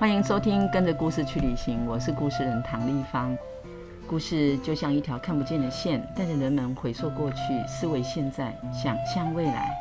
欢迎收听跟着故事去旅行，我是故事人唐丽芳。故事就像一条看不见的线，带着人们回溯过去，思维现在，想象未来。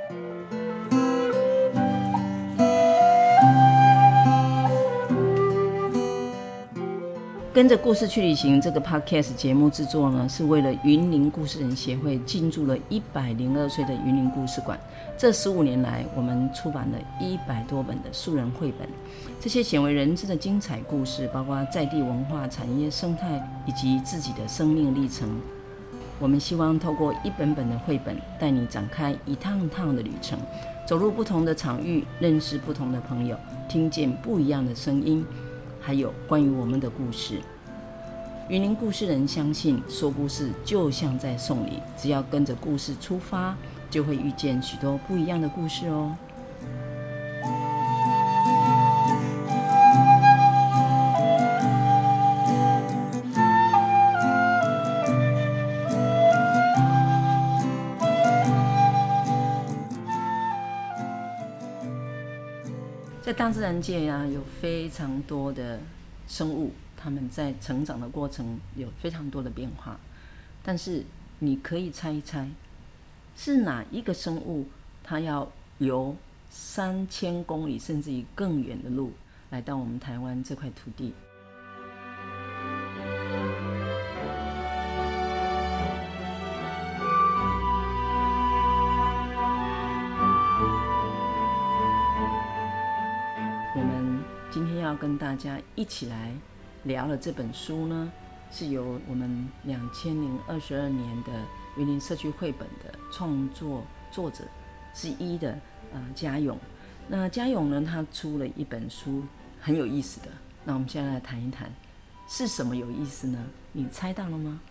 跟着故事去旅行这个 podcast 节目制作呢，是为了云林故事人协会进驻了102岁的云林故事馆。这15年来，我们出版了100多本的素人绘本，这些鲜为人知的精彩故事，包括在地文化、产业生态以及自己的生命历程。我们希望透过一本本的绘本，带你展开一趟趟的旅程，走入不同的场域，认识不同的朋友，听见不一样的声音，还有关于我们的故事。云林故事人相信，说故事就像在送礼，只要跟着故事出发，就会遇见许多不一样的故事哦。在大自然界啊，有非常多的生物，他们在成长的过程有非常多的变化，但是你可以猜一猜，是哪一个生物它要游3000公里甚至于更远的路来到我们台湾这块土地？我们今天要跟大家一起来聊的这本书呢，是由我们2022年的云林社区绘本的创作作者之一的嘉勇。那嘉勇呢，他出了一本书，很有意思的。那我们现在来谈一谈，是什么有意思呢？你猜到了吗？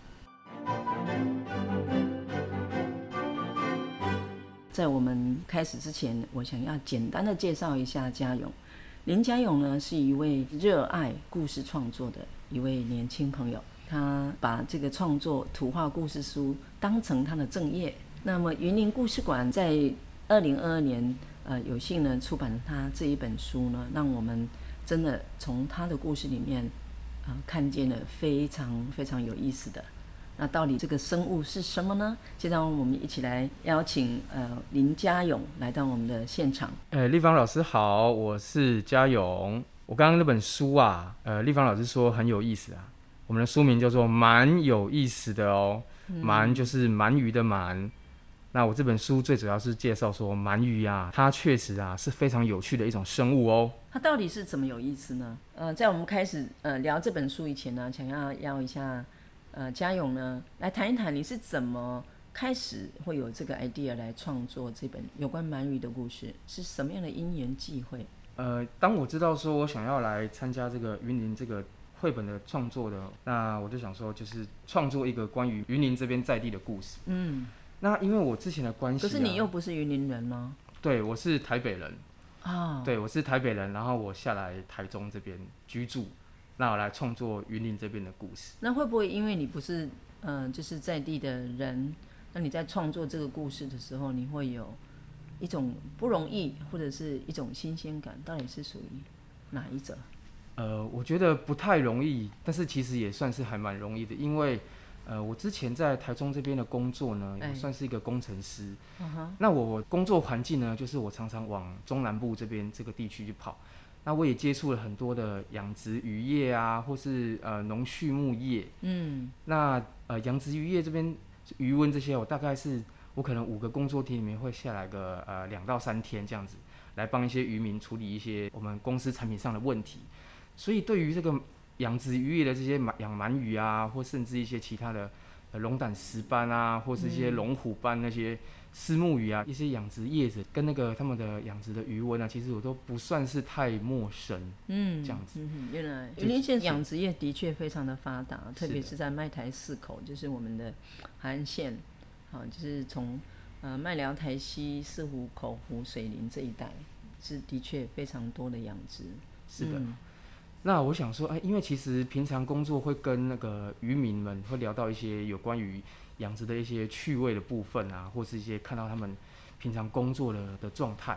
在我们开始之前，我想要简单的介绍一下嘉勇。林嘉勇呢，是一位热爱故事创作的一位年轻朋友，他把这个创作图画故事书当成他的正业。那么云林故事馆在2022年有幸呢出版了他这一本书呢，让我们真的从他的故事里面看见了非常非常有意思的。那到底这个生物是什么呢？现在我们一起来邀请林嘉勇来到我们的现场。 丽芳老师好，我是嘉勇。我刚刚那本书啊，丽芳老师说很有意思啊。我们的书名叫做蛮有意思的哦，蛮就是鳗鱼的鳗。那我这本书最主要是介绍说鳗鱼啊，它确实啊是非常有趣的一种生物哦。 它到底是怎么有意思呢？在我们开始聊这本书以前呢，想要一下嘉勇呢来谈一谈，你是怎么开始会有这个 idea 来创作这本有关鳗鱼的故事？是什么样的因缘际会？ 当我知道说我想要来参加这个云林这个绘本的创作的，那我就想说就是创作一个关于云林这边在地的故事。那因为我之前的关系可是你又不是云林人吗？ 对，我是台北人对，我是台北人，然后我下来台中这边居住，那我来创作云林这边的故事。 那会不会因为你不是就是在地的人，那你在创作这个故事的时候，你会有一种不容易或者是一种新鲜感？到底是属于哪一者？ 我觉得不太容易，但是其实也算是还蛮容易的，因为我之前在台中这边的工作呢，也算是一个工程师。那我工作环境呢，就是我常常往中南部这边这个地区去跑。那我也接触了很多的养殖渔业啊，或是农畜牧业。那养殖渔业这边渔温这些，我大概是我可能5个工作天里面会下来个2到3天这样子，来帮一些渔民处理一些我们公司产品上的问题。所以对于这个养殖渔业的这些养鳗鱼啊，或甚至一些其他的龙胆石斑啊，或是一些龙虎斑那些虱目鱼啊，一些养殖业者跟那个他们的养殖的渔温啊，其实我都不算是太陌生。这样子。 原来云林县养殖业的确非常的发达，特别是在麦台4口，就是我们的海岸线，就是从麦寮、台西、四湖、口湖、水林这一带，是的确非常多的养殖。 是的。那我想说，因为其实平常工作会跟那个渔民们会聊到一些有关于养殖的一些趣味的部分啊，或是一些看到他们平常工作的状态，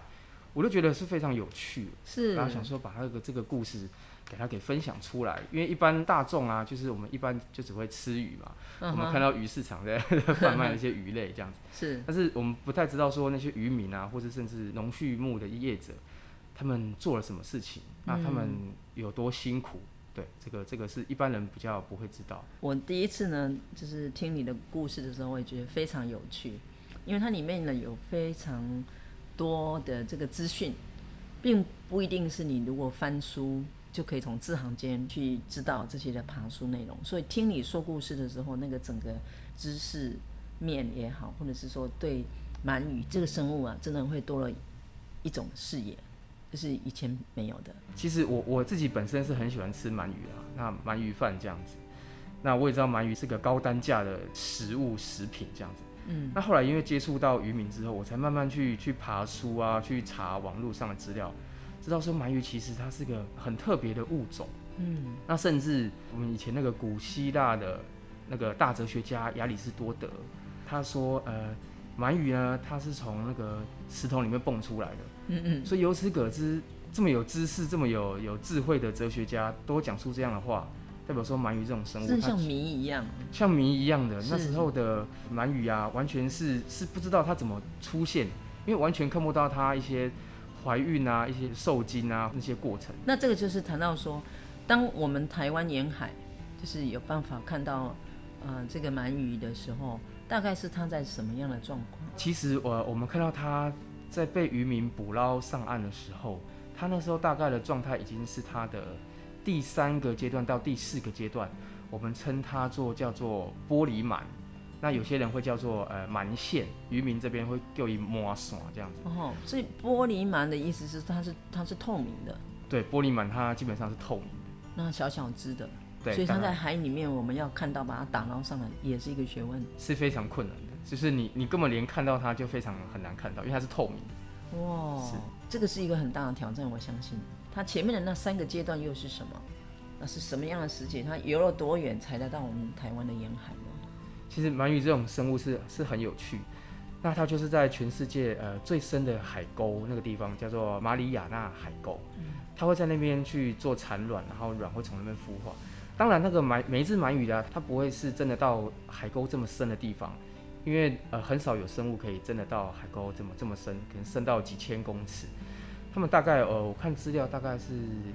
我就觉得是非常有趣， 是， 然后想说把这个故事给分享出来，因为一般大众啊，就是我们一般就只会吃鱼嘛，我们看到鱼市场在贩卖一些鱼类这样子， 是， 但是我们不太知道说那些渔民啊，或者甚至农畜牧的业者，他们做了什么事情，那他们有多辛苦。对，这个是一般人比较不会知道。 我第一次呢，就是听你的故事的时候，我也觉得非常有趣，因为它里面呢有非常多的这个资讯，并不一定是你如果翻书就可以从字行间去知道这些的爬书内容。所以听你说故事的时候，那个整个知识面也好，或者是说对鳗鱼这个生物啊，真的会多了一种视野。就是以前没有的。 其实我自己本身是很喜欢吃鳗鱼啊，那鳗鱼饭这样子。那我也知道鳗鱼是个高单价的食品这样子。那后来因为接触到渔民之后，我才慢慢去爬书啊，去查网络上的资料，知道说鳗鱼其实它是个很特别的物种。那甚至我们以前那个古希腊的那个大哲学家亚里士多德，他说鳗鱼呢，它是从那个石头里面蹦出来的。所以由此可知，这么有知识、这么有智慧的哲学家都讲出这样的话，代表说鳗鱼这种生物， 是像谜一样， 像谜一样的。那时候的鳗鱼啊，完全是不知道它怎么出现，因为完全看不到它一些怀孕啊、一些受精啊那些过程。 那这个就是谈到说，当我们台湾沿海就是有办法看到这个鳗鱼的时候，大概是它在什么样的状况？ 其实我们看到它在被渔民捕捞上岸的时候，它那时候大概的状态已经是它的第3个阶段到第4个阶段，我们称它叫做玻璃鳗。那有些人会叫做鳗线，渔民这边会叫它摸线这样子。 所以玻璃鳗的意思是它是透明的。对， 玻璃鳗它基本上是透明的。 那小小只的， 对， 所以它在海里面，我们要看到把它打捞上来，也是一个学问， 是非常困难的。就是你根本连看到它就很难看到，因为它是透明的。 哇，这个是一个很大的挑战，我相信。它前面的那3个阶段又是什么？那是什么样的时节？它游了多远才来到我们台湾的沿海呢？ 其实鳗鱼这种生物是很有趣。那它就是在全世界最深的海沟那个地方，叫做马里亚纳海沟。它会在那边去做产卵，然后卵会从那边孵化。当然，那个每一只鳗鱼啊，它不会是真的到海沟这么深的地方。因为很少有生物可以真的到海沟这么深，可能深到几千公尺。他们大概我看资料大概是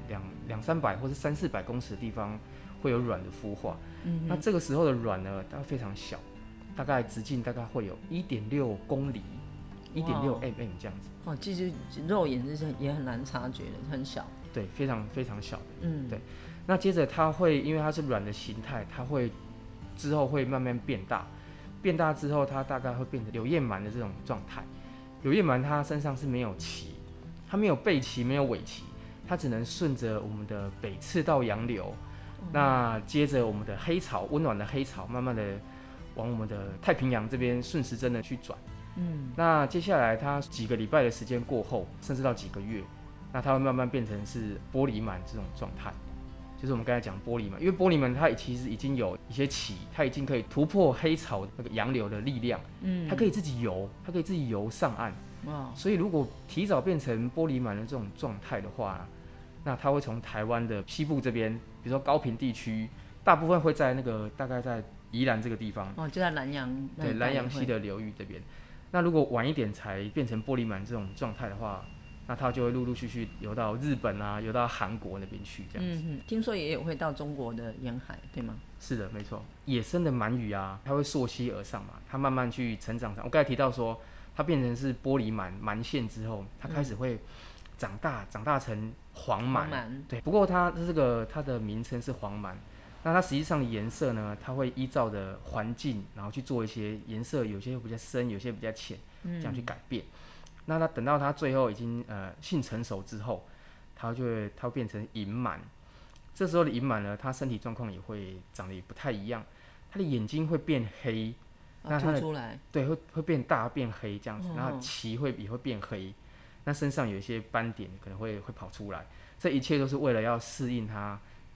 200-300或是300-400公尺的地方会有卵的孵化。那这个时候的卵呢，它非常小，大概直径大概会有1.6公里，1.6 mm 这样子。 其实肉眼也很难察觉的，很小。 对，非常非常小的。对。那接着它会因为它是卵的形态，它会之后会慢慢变大。变大之后，它大概会变成柳叶鳗的这种状态。柳叶鳗它身上是没有鳍，它没有背鳍，没有尾鳍，它只能顺着我们的北赤道洋流，那接着我们的黑潮，温暖的黑潮，慢慢的往我们的太平洋这边顺时针的去转。那接下来它几个礼拜的时间过后，甚至到几个月，那它会慢慢变成是玻璃鳗这种状态。就是我们刚才讲玻璃鳗，因为玻璃鳗它其实已经有一些鳍，它已经可以突破黑潮那个洋流的力量，它可以自己游上岸。所以如果提早变成玻璃鳗的这种状态的话，那它会从台湾的西部这边，比如说高屏地区，大部分会在那个大概在宜兰这个地方， 就在南洋， 对，南洋溪的流域这边。那如果晚一点才变成玻璃鳗这种状态的话，那它就会陆陆续续游到日本啊，游到韩国那边去这样子。 听说也有会到中国的沿海，对吗？ 是的，没错。野生的鳗鱼啊，它会溯溪而上嘛，它慢慢去成长。我刚才提到说，它变成是玻璃鳗线之后，它开始会长大成黄鳗。对，不过它的名称是黄鳗。那它实际上的颜色呢，它会依照的环境，然后去做一些颜色，有些比较深，有些比较浅，这样去改变。那它等到它最后已经性成熟之后，它会变成银鳗。这时候的银鳗呢，它身体状况也会长得也不太一样，它的眼睛会变黑，那它凸出来， 对，会变大变黑这样子，然后鳍也会变黑，那身上有一些斑点可能会跑出来，这一切都是为了要适应它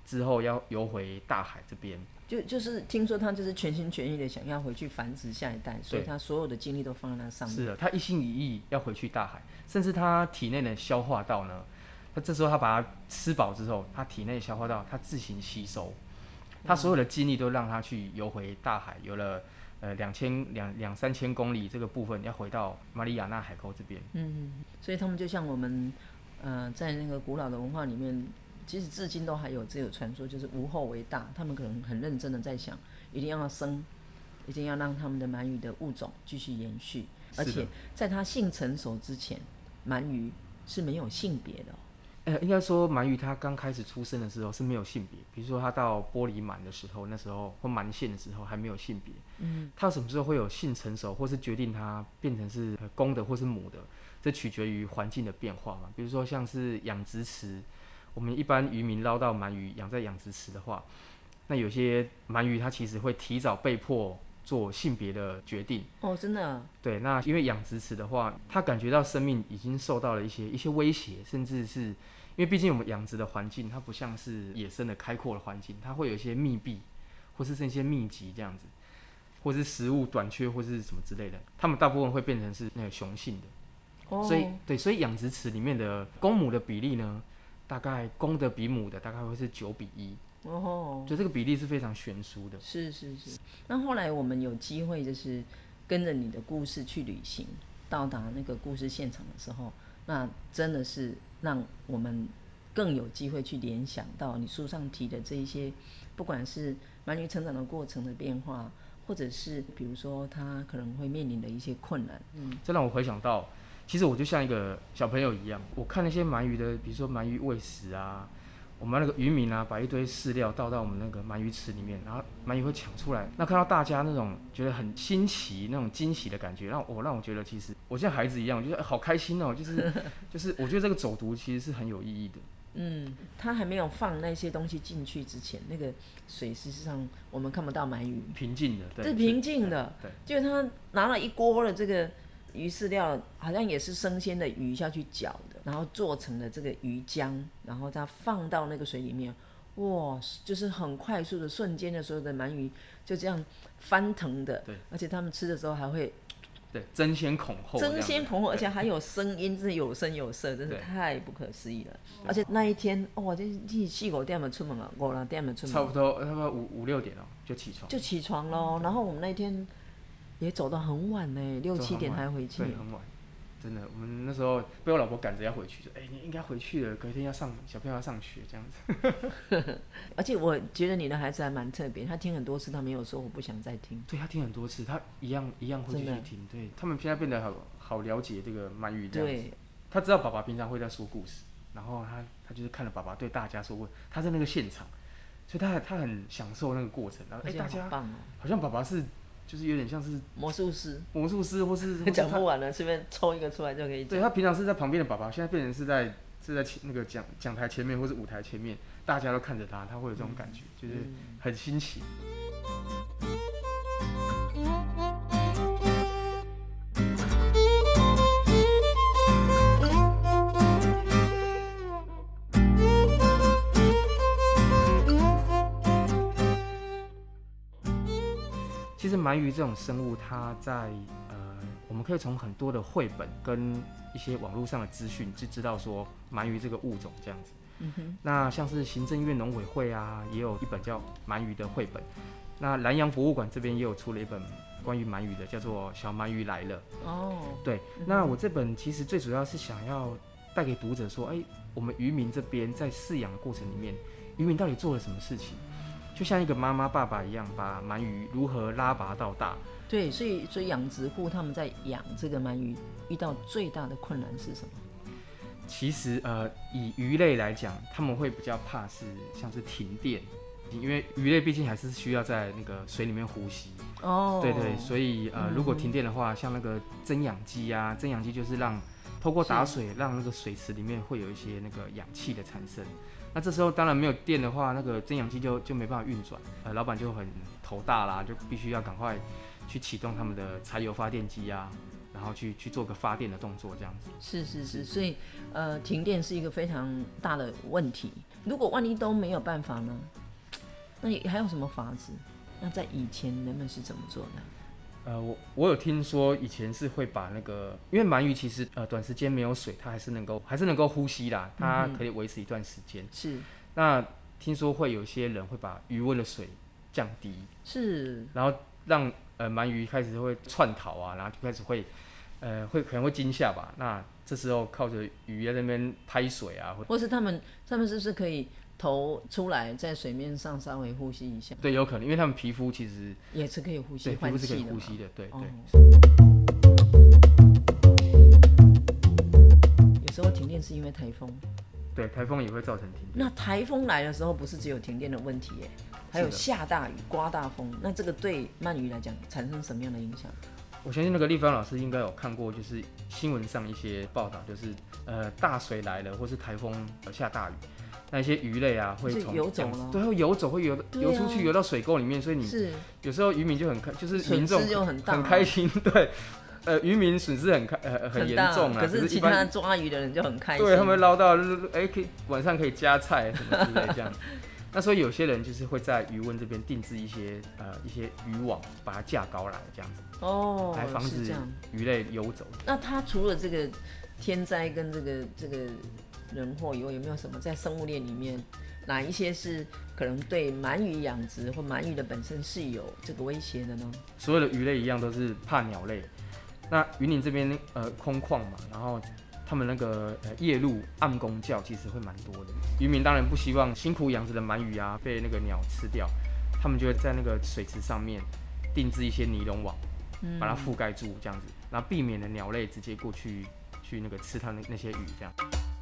之后要游回大海这边。 就是听说他就是全心全意的想要回去繁殖下一代，所以他所有的精力都放在那上面。 是的，他一心一意要回去大海，甚至他体内的消化道呢，他这时候他把它吃饱之后，他体内消化道他自行吸收，他所有的精力都让他去游回大海，有了两三千公里这个部分要回到马里亚纳海沟这边。 所以他们就像我们在那个古老的文化里面。其实至今都还有这个传说，就是无后为大。他们可能很认真的在想，一定要生，一定要让他们的鳗鱼的物种继续延续。而且在它性成熟之前，鳗鱼是没有性别的。 应该说鳗鱼它刚开始出生的时候是没有性别，比如说它到玻璃鳗的时候，那时候或鳗线的时候还没有性别。它什么时候会有性成熟，或是决定它变成是公的或是母的，这取决于环境的变化嘛。比如说像是养殖池。我们一般渔民捞到鳗鱼养在养殖池的话，那有些鳗鱼它其实会提早被迫做性别的决定。 真的？ 对，那因为养殖池的话，它感觉到生命已经受到了一些威胁，甚至是因为毕竟我们养殖的环境它不像是野生的开阔的环境，它会有一些密闭，或是一些密集这样子，或是食物短缺或是什么之类的，它们大部分会变成是那个雄性的。所以养殖池里面的公母的比例呢？大概公的比母的大概会是9:1，就这个比例是非常悬殊的。 是。那后来我们有机会就是跟着你的故事去旅行，到达那个故事现场的时候，那真的是让我们更有机会去联想到你书上提的这一些，不管是鳗鱼成长的过程的变化，或者是比如说它可能会面临的一些困难。 这让我回想到。其实我就像一个小朋友一样，我看那些鳗鱼的，比如说鳗鱼喂食啊，我们那个渔民啊，把一堆饲料倒到我们那个鳗鱼池里面，然后鳗鱼会抢出来。那看到大家那种觉得很新奇、那种惊喜的感觉，让我觉得其实我像孩子一样，我觉得好开心哦，就是我觉得这个走读其实是很有意义的。 他还没有放那些东西进去之前，那个水事实上我们看不到鳗鱼平静的，对， 是平静的。 对， 就是他拿了一锅的这个。鱼饲料好像也是生鲜的鱼下去搅的，然后做成了这个鱼浆，然后再放到那个水里面，哇，就是很快速的瞬间的，所有的鳗鱼就这样翻腾的， 对， 而且他们吃的时候还会， 对，争先恐后， 而且还有声音，真是有声有色，真是太不可思议了。而且那一天，这4-5点就出门了，5-6点就出门， 差不多5-6点就起床咯。然后我们那天。也走到很晚呢，6-7点才回去。 对，很晚，真的。我们那时候被我老婆赶着要回去，说：“你应该回去了，隔天小朋友要上学这样子。” 而且我觉得你的孩子还蛮特别，他听很多次，他没有说我不想再听。 对，他听很多次，他一样会继续听。对，他们现在变得好了解这个鳗鱼这样子。对，他知道爸爸平常会在说故事，然后他就是看了爸爸对大家说过，他在那个现场，所以他很享受那个过程。然后大家好像爸爸是。就是有点像是魔术师， 或是讲不完了，随便抽一个出来就可以讲。 对，他平常是在旁边的爸爸，现在变成是在那个讲台前面或是舞台前面，大家都看着他，他会有这种感觉，就是很新奇。其实鳗鱼这种生物，它在我们可以从很多的绘本跟一些网络上的资讯，就知道说鳗鱼这个物种这样子。那像是行政院农委会啊，也有一本叫鳗鱼的绘本。那南洋博物馆这边也有出了一本关于鳗鱼的，叫做《小鳗鱼来了》。对。那我这本其实最主要是想要带给读者说，我们渔民这边在饲养的过程里面，渔民到底做了什么事情？就像一个妈妈爸爸一样，把鳗鱼如何拉拔到大。 对，所以养殖户他们在养这个鳗鱼遇到最大的困难是什么？ 其实以鱼类来讲，他们会比较怕是像是停电，因为鱼类毕竟还是需要在那个水里面呼吸。对，所以如果停电的话，像那个增氧机啊，增氧机就是透过打水让那个水池里面会有一些那个氧气的产生。那这时候当然没有电的话，那个增氧机就没办法运转，老板就很头大啦，就必须要赶快去启动他们的柴油发电机啊， 然后去做个发电的动作这样子。 是，所以停电是一个非常大的问题。如果万一都没有办法呢？那还有什么法子？那在以前人们是怎么做的？ 我有听说以前是会把那个，因为鳗鱼其实短时间没有水，它还是能够呼吸啦，它可以维持一段时间。 是。 那听说会有些人会把鱼温的水降低， 是， 然后让鳗鱼开始会窜逃啊，然后就开始可能会惊吓吧。那这时候靠着鱼在那边拍水啊， 或是他们是不是可以头出来在水面上稍微呼吸一下？ 对，有可能，因为他们皮肤其实也是可以呼吸， 对，皮肤是可以呼吸的，对。 有时候停电是因为台风。 对，台风也会造成停电。 那台风来的时候，不是只有停电的问题耶，还有下大雨、刮大风。那这个对鳗鱼来讲产生什么样的影响？ 我相信那个立芳老师应该有看过，就是新闻上一些报道，就是大水来了，或是台风下大雨，那一些鱼类啊会从游走了， 对，会游走，会游出去，游到水沟里面，所以你有时候渔民就就是民众很开心，对。渔民损失很严重啊， 可是其他抓鱼的人就很开心， 对，他们捞到晚上可以加菜什么之类这样子。那所以有些人就是会在渔堰这边定制一些渔网，把它架高来这样子，来防止鱼类游走。 那它除了这个天灾跟这个人祸以外，有没有什么在生物链里面哪一些是可能对鳗鱼养殖或鳗鱼的本身是有这个威胁的呢？ 所有的鱼类一样都是怕鸟类。那云林这边空旷嘛，然后他们那个夜路暗公叫其实会蛮多的。渔民当然不希望辛苦养殖的鳗鱼啊被那个鸟吃掉，他们就会在那个水池上面定制一些尼龙网，把它覆盖住这样子，然后避免了鸟类直接过去那个吃它那些鱼这样。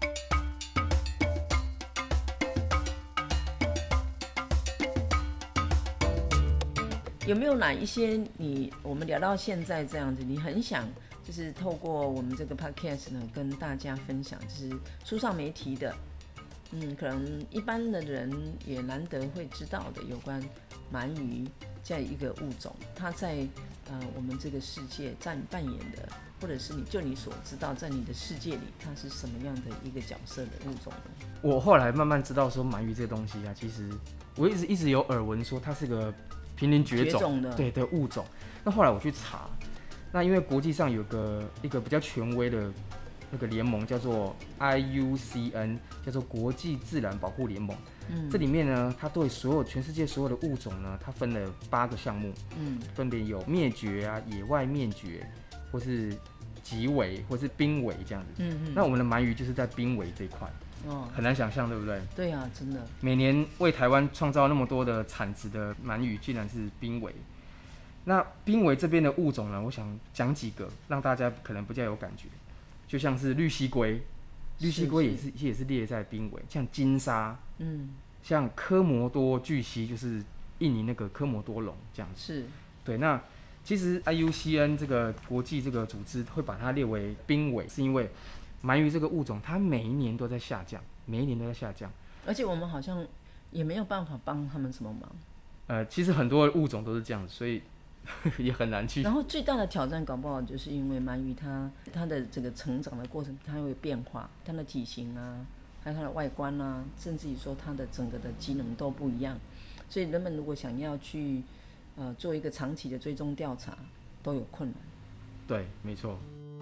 有没有哪一些我们聊到现在这样子，你很想就是透过我们这个 podcast 呢，跟大家分享，就是书上没提的，可能一般的人也难得会知道的，有关鳗鱼这样一个物种，它在我们这个世界扮演的，或者是你所知道，在你的世界里，它是什么样的一个角色的物种呢？ 我后来慢慢知道说，鳗鱼这个东西啊，其实我一直有耳闻说它是个濒临绝种的物种。那后来我去查，那因为国际上有一个比较权威的那个联盟叫做 IUCN， 叫做国际自然保护联盟。这里面呢，它对全世界所有的物种呢，它分了8个项目。分别有灭绝啊、野外灭绝，或是极危，或是濒危这样子。那我们的鳗鱼就是在濒危这一块。很难想象，对不对？ 对啊，真的。 每年为台湾创造那么多的产值的鳗鱼，竟然是濒危。那濒危这边的物种呢，我想讲几个，让大家可能比较有感觉。就像是绿蜥龟，绿蜥龟也是列在濒危，像金鲨，像科摩多巨蜥，就是印尼那个科摩多龙这样子。 是， 对。那其实 IUCN 这个国际这个组织会把它列为濒危，是因为鳗鱼这个物种，它每一年都在下降，而且我们好像也没有办法帮他们什么忙。 其实很多物种都是这样子，所以也很难去。 然后最大的挑战，搞不好就是因为鳗鱼它的这个成长的过程，它会变化，它的体型啊，还有它的外观啊，甚至于说它的整个的机能都不一样，所以人们如果想要去做一个长期的追踪调查，都有困难。 对，没错。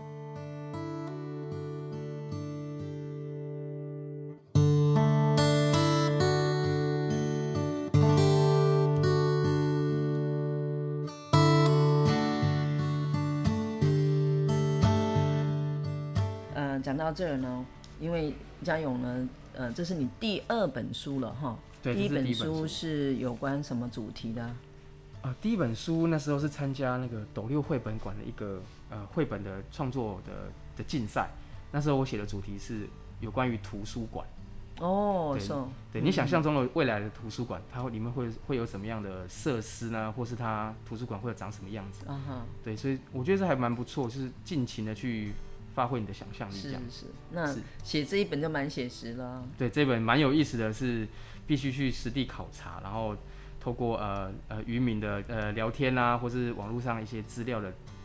讲到这儿呢，因为嘉勇呢，这是你第2本书了哈。 对， 第一本书是有关什么主题的？ 第一本书那时候是参加那个斗六绘本馆的一个绘本的创作的竞赛。那时候我写的主题是有关于图书馆。对，你想象中的未来的图书馆，它里面会有什么样的设施呢？或是它图书馆会长什么样子？对，所以我觉得这还蛮不错，就是尽情的去发挥你的想象力。是， 那写这一本就蛮写实了。 对，这本蛮有意思的是，必须去实地考察，然后透过渔民的聊天啊，或是网络上一些资料的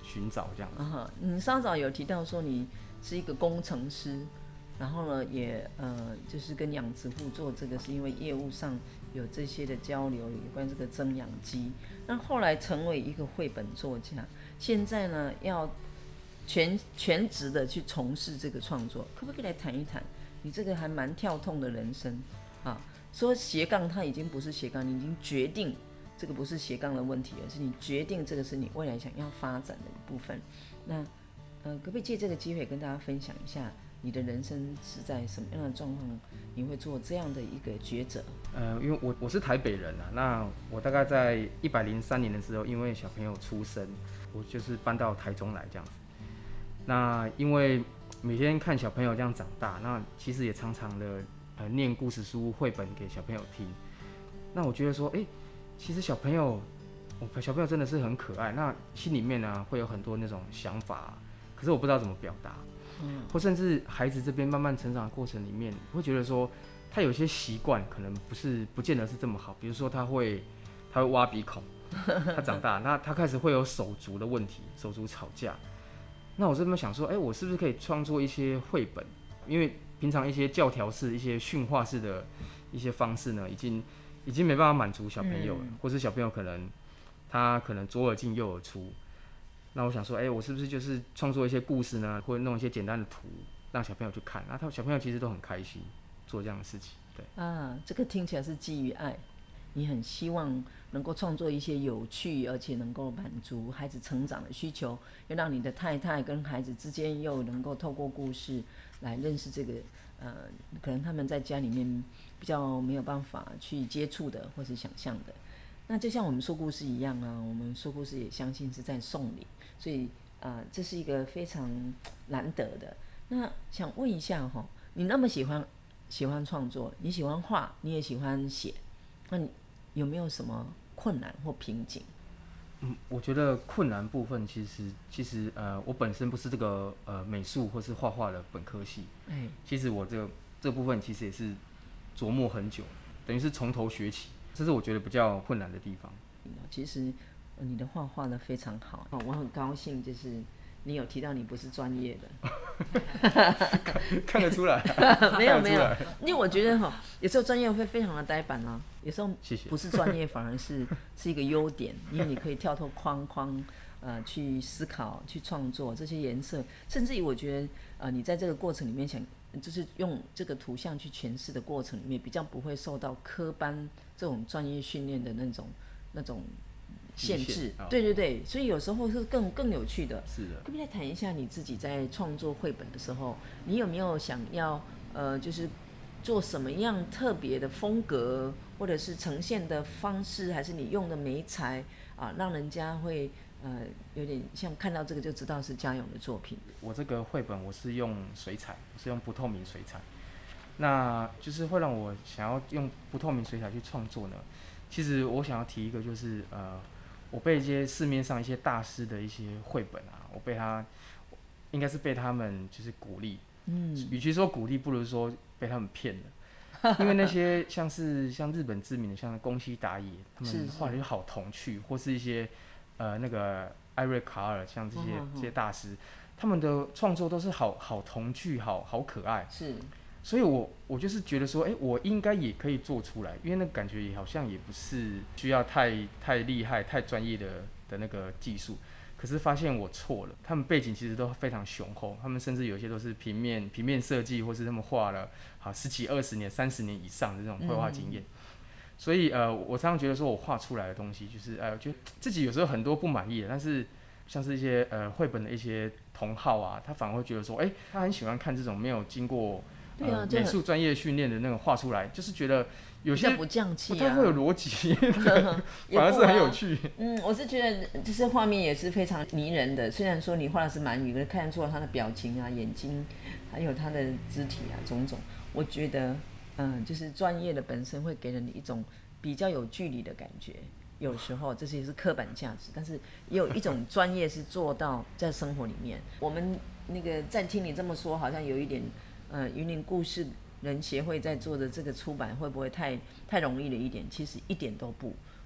寻找这样子。 你稍早有提到说你是一个工程师，然后呢也就是跟养殖户做这个，是因为业务上有这些的交流，有关这个增养鸡。那后来成为一个绘本作家，现在呢要全职的去从事这个创作，可不可以来谈一谈你这个还蛮跳痛的人生啊？说斜杠它已经不是斜杠，你已经决定这个不是斜杠的问题，而是你决定这个是你未来想要发展的一部分。那可不可以借这个机会跟大家分享一下你的人生是在什么样的状况，你会做这样的一个抉择？ 因为我是台北人啊，那我大概在103年的时候，因为小朋友出生，我就是搬到台中来这样子。那因为每天看小朋友这样长大，那其实也常常的念故事书、绘本给小朋友听。那我觉得说，其实小朋友真的是很可爱，那心里面呢会有很多那种想法，可是我不知道怎么表达。或甚至孩子这边慢慢成长的过程里面，会觉得说他有些习惯可能不见得是这么好，比如说他会挖鼻孔，他长大，那他开始会有手足的问题，手足吵架。那我这边想说，我是不是可以创作一些绘本？因为平常一些教条式、一些训话式的一些方式呢，已经没办法满足小朋友了，或是小朋友他可能左耳进右耳出。那我想说，我是不是就是创作一些故事呢，或者弄一些简单的图，让小朋友去看？那小朋友其实都很开心做这样的事情。对这个听起来是基于爱，你很希望能够创作一些有趣而且能够满足孩子成长的需求，又让你的太太跟孩子之间又能够透过故事来认识这个可能他们在家里面比较没有办法去接触的或是想象的。那就像我们说故事一样啊，我们说故事也相信是在送礼，所以这是一个非常难得的。那想问一下你那么喜欢创作，你喜欢画，你也喜欢写，那你有没有什么困难或瓶颈？ 我觉得困难部分其实我本身不是这个美术或是画画的本科系，其实我这部分其实也是琢磨很久，等于是从头学起，这是我觉得比较困难的地方。 其实你的画得非常好，我很高兴，就是你有提到你不是专业的， 看得出来， 没有，因为我觉得有时候专业会非常的呆板啊，有时候不是专业反而是一个优点，因为你可以跳脱框框，去思考、去创作这些颜色，甚至于我觉得你在这个过程里面就是用这个图像去诠释的过程里面，比较不会受到科班这种专业训练的那种限制，对，所以有时候是更有趣的。 是的。 可不可以来谈一下你自己在创作绘本的时候，你有没有想要就是做什么样特别的风格，或者是呈现的方式，还是你用的媒材让人家会有点像看到这个就知道是嘉永的作品？ 我这个绘本我是用水彩，我是用不透明水彩，那就是会让我想要用不透明水彩去创作呢。其实我想要提一个，就是我被一些市面上一些大师的一些绘本应该是被他们就是鼓励，与其说鼓励，不如说被他们骗了。因为那些像日本知名的像宫西达也，他们画的就好童趣，或是一些那个艾瑞卡尔，像这些大师，他们的创作都是好童趣，好可爱。 是。 所以我就是觉得说，我应该也可以做出来，因为那感觉也好像也不是需要太厉害、太专业的那个技术。可是发现我错了，他们背景其实都非常雄厚，他们甚至有些都是平面设计，或是他们画了10几20年、30年以上的这种绘画经验。所以我常常觉得说我画出来的东西，就是就自己有时候很多不满意的，但是像是一些绘本的一些同好啊，他反而会觉得说，他很喜欢看这种没有经过美术专业训练的那种画出来，就是觉得有些不降气， 不太会有逻辑，反而是很有趣。 我是觉得就是画面也是非常迷人的，虽然说你画的是鳗鱼，可是看得出他的表情啊、眼睛，还有他的肢体啊种种，我觉得就是专业的本身会给人一种比较有距离的感觉。有时候这些也是刻板价值，但是也有一种专业是做到在生活里面。我们那个在听你这么说，好像有一点云林故事人协会在做的这个出版会不会太容易了一点？其实一点都不。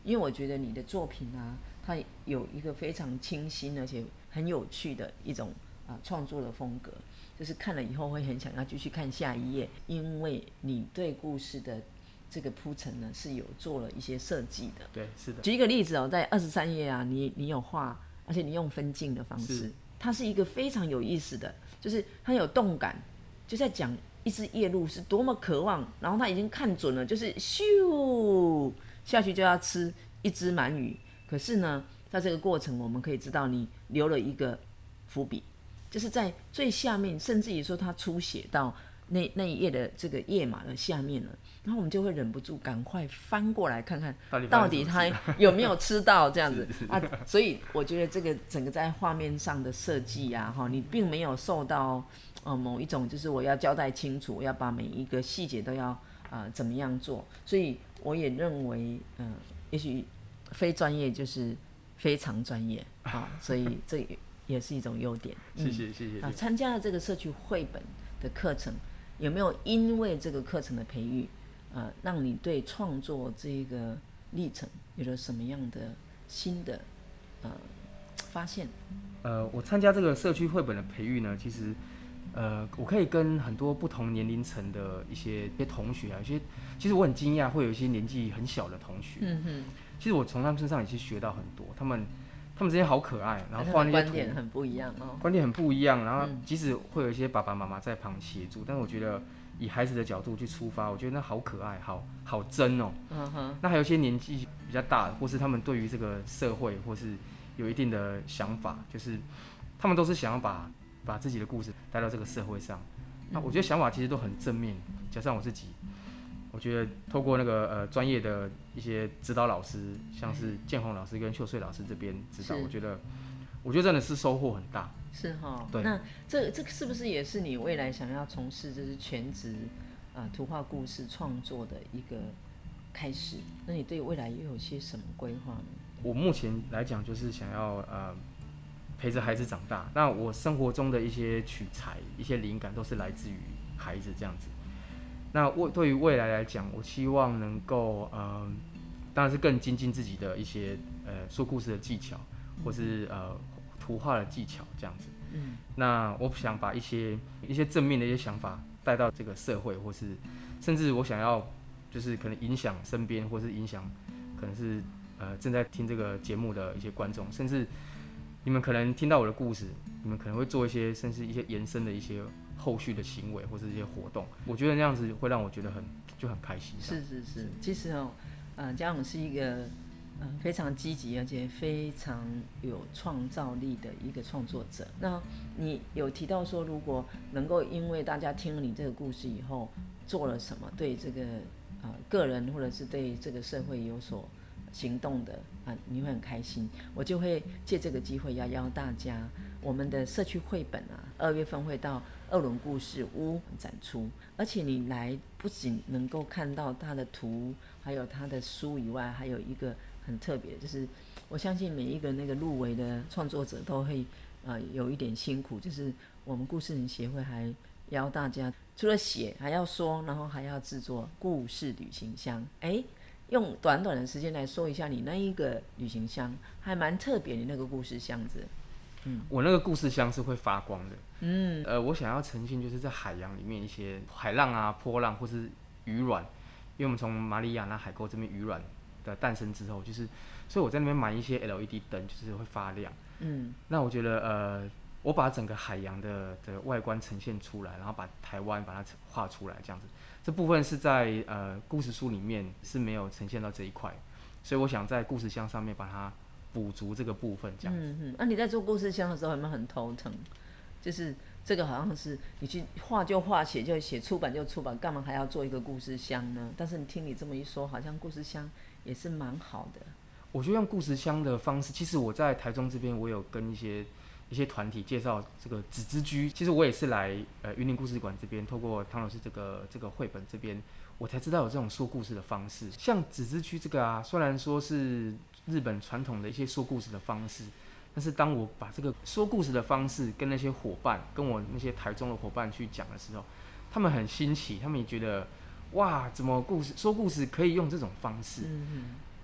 因为我觉得你的作品啊，它有一个非常清新而且很有趣的一种创作的风格，就是看了以后会很想要继续看下一页，因为你对故事的这个铺陈呢是有做了一些设计的。 对，是的。 举一个例子哦，在23页啊，你有画，而且你用分镜的方式，它是一个非常有意思的，就是它有动感，就在讲一只夜鹭是多么渴望，然后他已经看准了，就是咻下去就要吃一只鳗鱼。可是呢，在这个过程，我们可以知道你留了一个伏笔，就是在最下面，甚至于说它出血到那一页的这个页码的下面了，然后我们就会忍不住赶快翻过来看看，到底他有没有吃到这样子啊？所以我觉得这个整个在画面上的设计啊，你并没有受到某一种就是我要交代清楚，我要把每一个细节都要怎么样做，所以我也认为也许非专业就是非常专业所以这也是一种优点。 谢谢。 参加了这个社区绘本的课程，有没有因为这个课程的培育，让你对创作这个历程有了什么样的新的发现？ 我参加这个社区绘本的培育呢，其实我可以跟很多不同年龄层的一些同学其实我很惊讶，会有一些年纪很小的同学。其实我从他们身上也是学到很多，他们之间好可爱，然后画那些图， 观点很不一样观点很不一样。然后即使会有一些爸爸妈妈在旁协助，但是我觉得以孩子的角度去出发，我觉得那好可爱，好真哦。那还有一些年纪比较大的，或是他们对于这个社会或是有一定的想法，就是他们都是想要把自己的故事带到这个社会上。那我觉得想法其实都很正面，加上我自己。我觉得透过那个专业的一些指导老师，像是建宏老师跟秀穗老师这边指导，我觉得真的是收获很大。 是哈， 对。 那这个是不是也是你未来想要从事就是全职图画故事创作的一个开始？那你对未来又有些什么规划呢？ 我目前来讲就是想要陪着孩子长大。那我生活中的一些取材、一些灵感都是来自于孩子这样子。那对于未来来讲，我希望能够当然是更精进自己的一些说故事的技巧，或是图画的技巧这样子。那我想把一些正面的一些想法带到这个社会，或是甚至我想要就是可能影响身边，或是影响可能是正在听这个节目的一些观众，甚至你们可能听到我的故事，你们可能会做一些甚至一些延伸的一些后续的行为或是一些活动，我觉得那样子会让我觉得很开心。 是，其实嘉勇是一个非常积极而且非常有创造力的一个创作者。那你有提到说，如果能够因为大家听了你这个故事以后做了什么，对这个个人或者是对这个社会有所行动的你会很开心。我就会借这个机会要邀大家，我们的社区绘本2月份会到二轮故事屋展出，而且你来不仅能够看到它的图还有它的书以外，还有一个很特别，就是我相信每一个那个入围的创作者都会有一点辛苦，就是我们故事人协会还邀大家除了写还要说，然后还要制作故事旅行箱。用短短的时间来说一下你那一个旅行箱，还蛮特别的那个故事箱子。 我那个故事箱是会发光的。我想要呈现就是在海洋里面一些海浪啊、波浪或是鱼卵，因为我们从马里亚纳海沟这边鱼卵的诞生之后，就是所以我在那边买一些 LED 灯，就是会发亮。那我觉得我把整个海洋的外观呈现出来，然后把台湾把它画出来，这样子。这部分是在故事书里面是没有呈现到这一块，所以我想在故事箱上面把它补足这个部分，这样子。 那你在做故事箱的时候有没有很头疼？就是这个好像是你去画就画，写就写，出版就出版，干嘛还要做一个故事箱呢？但是你听你这么一说，好像故事箱也是蛮好的。 我觉得用故事箱的方式，其实我在台中这边，我有跟一些团体介绍这个纸之居。其实我也是来云林故事馆这边，透过汤老师这个绘本这边，我才知道有这种说故事的方式。像纸之居这个虽然说是日本传统的一些说故事的方式，但是当我把这个说故事的方式跟那些伙伴，跟我那些台中的伙伴去讲的时候，他们很新奇，他们也觉得哇，怎么说故事可以用这种方式？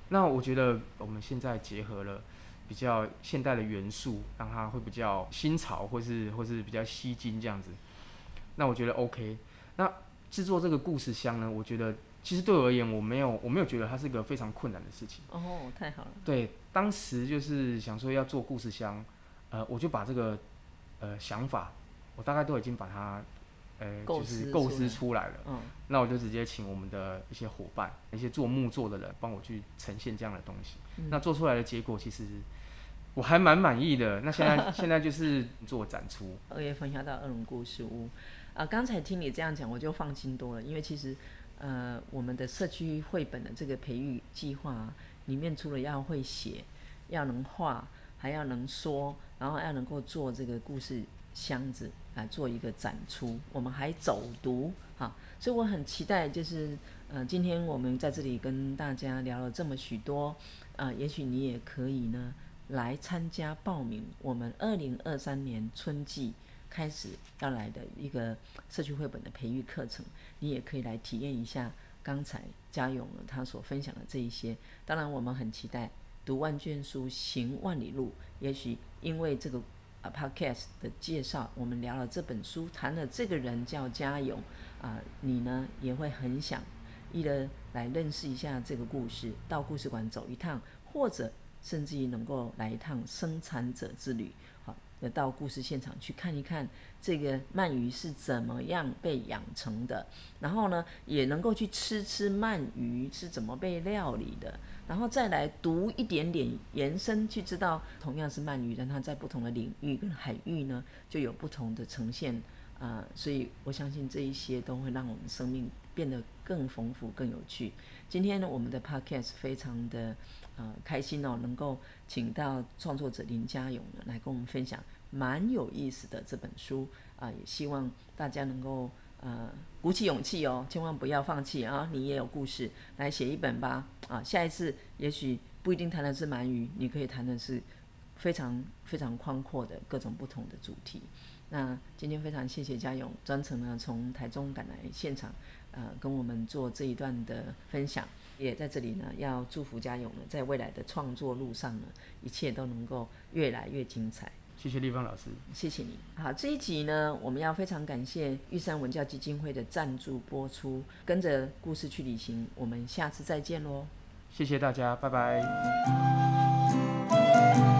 那我觉得我们现在结合了比较现代的元素，让它会比较新潮，或是比较吸睛这样子。那我觉得 OK。那制作这个故事箱呢，我觉得其实对我而言，我没有觉得它是一个非常困难的事情。 哦，太好了。 对，当时就是想说要做故事箱，我就把这个想法，我大概都已经把它就是构思出来了。那我就直接请我们的一些伙伴，一些做木作的人帮我去呈现这样的东西。那做出来的结果其实我还蛮满意的。那现在就是做展出。 2月份要到2轮故事屋。刚才听你这样讲，我就放心多了，因为其实我们的社区绘本的这个培育计划里面，除了要会写，要能画，还要能说，然后要能够做这个故事箱子来做一个展出，我们还走读哈，所以我很期待，就是今天我们在这里跟大家聊了这么许多，也许你也可以呢来参加报名我们2023年春季开始要来的一个社区绘本的培育课程，你也可以来体验一下刚才嘉勇他所分享的这一些。当然我们很期待读万卷书行万里路，也许因为这个podcast 的介绍，我们聊了这本书，谈了这个人叫嘉勇你呢也会很想一的来认识一下这个故事，到故事馆走一趟，或者甚至于能够来一趟生产者之旅，到故事现场去看一看这个鳗鱼是怎么样被养成的，然后呢也能够去吃鳗鱼是怎么被料理的，然后再来读一点点延伸，去知道同样是鳗鱼，但它在不同的领域跟海域呢就有不同的呈现所以我相信这一些都会让我们生命变得更丰富更有趣。今天呢我们的 podcast 非常的开心能够请到创作者林嘉勇呢来跟我们分享蛮有意思的这本书也希望大家能够鼓起勇气千万不要放弃你也有故事来写一本吧下一次也许不一定谈的是鳗鱼，你可以谈的是非常非常宽阔的各种不同的主题。那今天非常谢谢嘉勇专程呢从台中赶来现场跟我们做这一段的分享，也在这里呢要祝福嘉勇呢在未来的创作路上呢一切都能够越来越精彩。 谢谢立芳老师， 谢谢你。好，这一集呢我们要非常感谢玉山文教基金会的赞助播出，跟着故事去旅行，我们下次再见咯。 谢谢大家，拜拜。